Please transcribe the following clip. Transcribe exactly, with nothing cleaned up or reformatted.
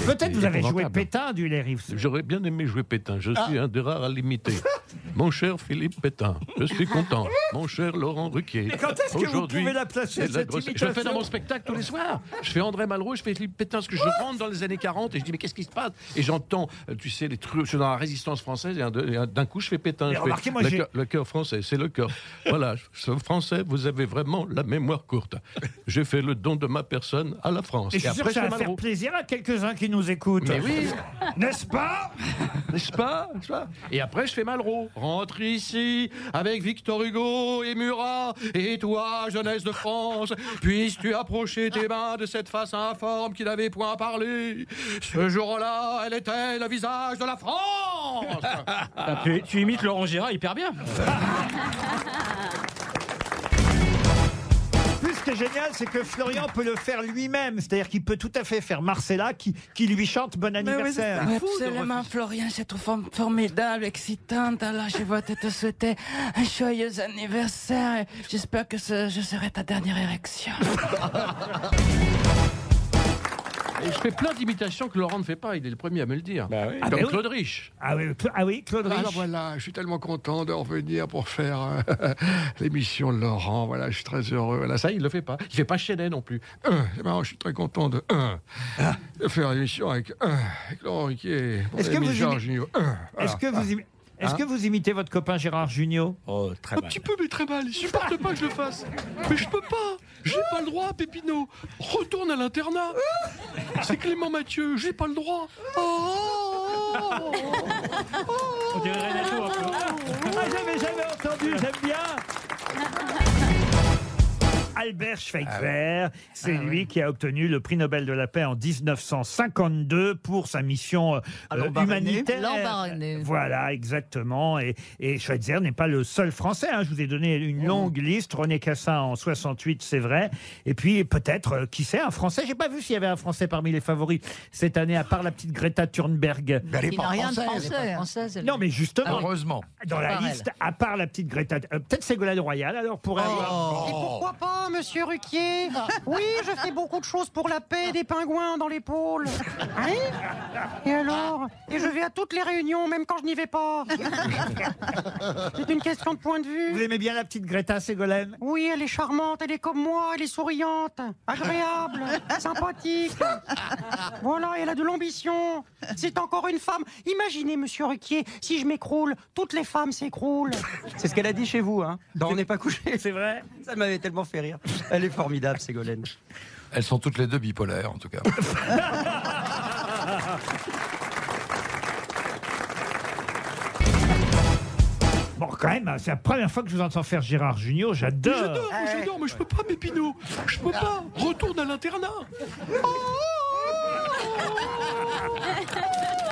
Peut-être vous avez joué Pétain du Les Rives. J'aurais bien aimé jouer Pétain. Je suis ah. un des rares à l'imiter. Mon cher Philippe Pétain, je suis content. Mon cher Laurent Ruquier. Et quand est-ce que vous pouvez la placer, cette grosse... imitation? Je le fais dans mon spectacle tous les soirs. Je fais André Malraux, je fais Philippe Pétain, parce que je rentre dans les années quarante et je dis mais qu'est-ce qui se passe? Et j'entends, tu sais, les trucs, je suis dans la résistance française et d'un coup je fais Pétain. Je fais, moi, le, cœur, le cœur français, c'est le cœur. Voilà, ce français, vous avez vraiment la mémoire courte. J'ai fait le don de ma personne à la France. Et, et je suis après, sûr que ça va faire plaisir à quelques-uns qui nous écoutent. Mais oui. N'est-ce pas? N'est-ce pas? Et après, je fais Malraux. Rentre ici avec Victor Hugo et Murat. Et toi, jeunesse de France, puisses-tu approcher tes mains de cette face informe qui n'avait point parlé. Ce jour-là, elle était le visage de la France. Ah, tu, tu imites Laurent Gérard hyper bien. Ce qui est génial, c'est que Florian peut le faire lui-même. C'est-à-dire qu'il peut tout à fait faire Marcella qui, qui lui chante bon anniversaire. Oui, absolument, Florian, c'est trop formidable, excitante. Alors, je vais te souhaiter un joyeux anniversaire. J'espère que ce, je serai ta dernière érection. Et je fais plein d'imitations que Laurent ne fait pas, il est le premier à me le dire. Bah oui. Comme ah Claude oui. Rich. Ah oui, ah oui, Claude Rich. Alors voilà, je suis tellement content de revenir pour faire euh, l'émission de Laurent. Voilà, je suis très heureux. Voilà, ça, il ne le fait pas. Il ne fait pas Chenet non plus. Euh, c'est marrant, je suis très content de, euh, ah. de faire l'émission avec, euh, avec Laurent Ruquier. Est-ce que, vous Gérard imi... Jugnot. Euh, Est-ce que vous imi... Est-ce hein que vous imitez votre copain Gérard Jugnot? Oh, très Un mal. petit peu, mais très mal. Il supporte pas que je le fasse. Mais je peux pas. J'ai pas le droit, Pépino. Retourne à l'internat. C'est Clément Mathieu. J'ai pas le droit. Oh, oh, oh. On dirait Renato un peu. Ah, j'avais jamais entendu. J'aime bien. Albert Schweitzer, ah ouais. c'est ah lui ouais. qui a obtenu le prix Nobel de la paix en dix-neuf cent cinquante-deux pour sa mission euh, humanitaire. Voilà, exactement. Et, et Schweitzer n'est pas le seul Français. Hein. Je vous ai donné une longue oh. liste. René Cassin en soixante-huit, c'est vrai. Et puis peut-être, euh, qui sait, un Français. J'ai pas vu s'il y avait un Français parmi les favoris cette année, à part la petite Greta Thunberg. Elle n'est pas rien de français. française non, mais justement. Heureusement. Dans la liste, elle. à part la petite Greta, euh, peut-être Ségolène Royal. Alors pour oh. avoir. Et pourquoi pas? Monsieur Ruquier, oui, je fais beaucoup de choses pour la paix, des pingouins dans les pôles. Hein? Et alors? Et je vais à toutes les réunions, même quand je n'y vais pas. C'est une question de point de vue. Vous aimez bien la petite Greta, Ségolène? Oui, elle est charmante, elle est comme moi, elle est souriante, agréable, sympathique. Voilà, elle a de l'ambition. C'est encore une femme. Imaginez, monsieur Ruquier, si je m'écroule, toutes les femmes s'écroulent. C'est ce qu'elle a dit chez vous, hein, dans On n'est pas couché. C'est vrai? Ça m'avait tellement fait rire. Elle est formidable, Ségolène. Elles sont toutes les deux bipolaires, en tout cas. Bon, quand même, c'est la première fois que je vous entends faire Gérard Jugnot. J'adore. Mais j'adore, mais j'adore, mais je peux pas, Pépino. Je peux pas. Retourne à l'internat. Oh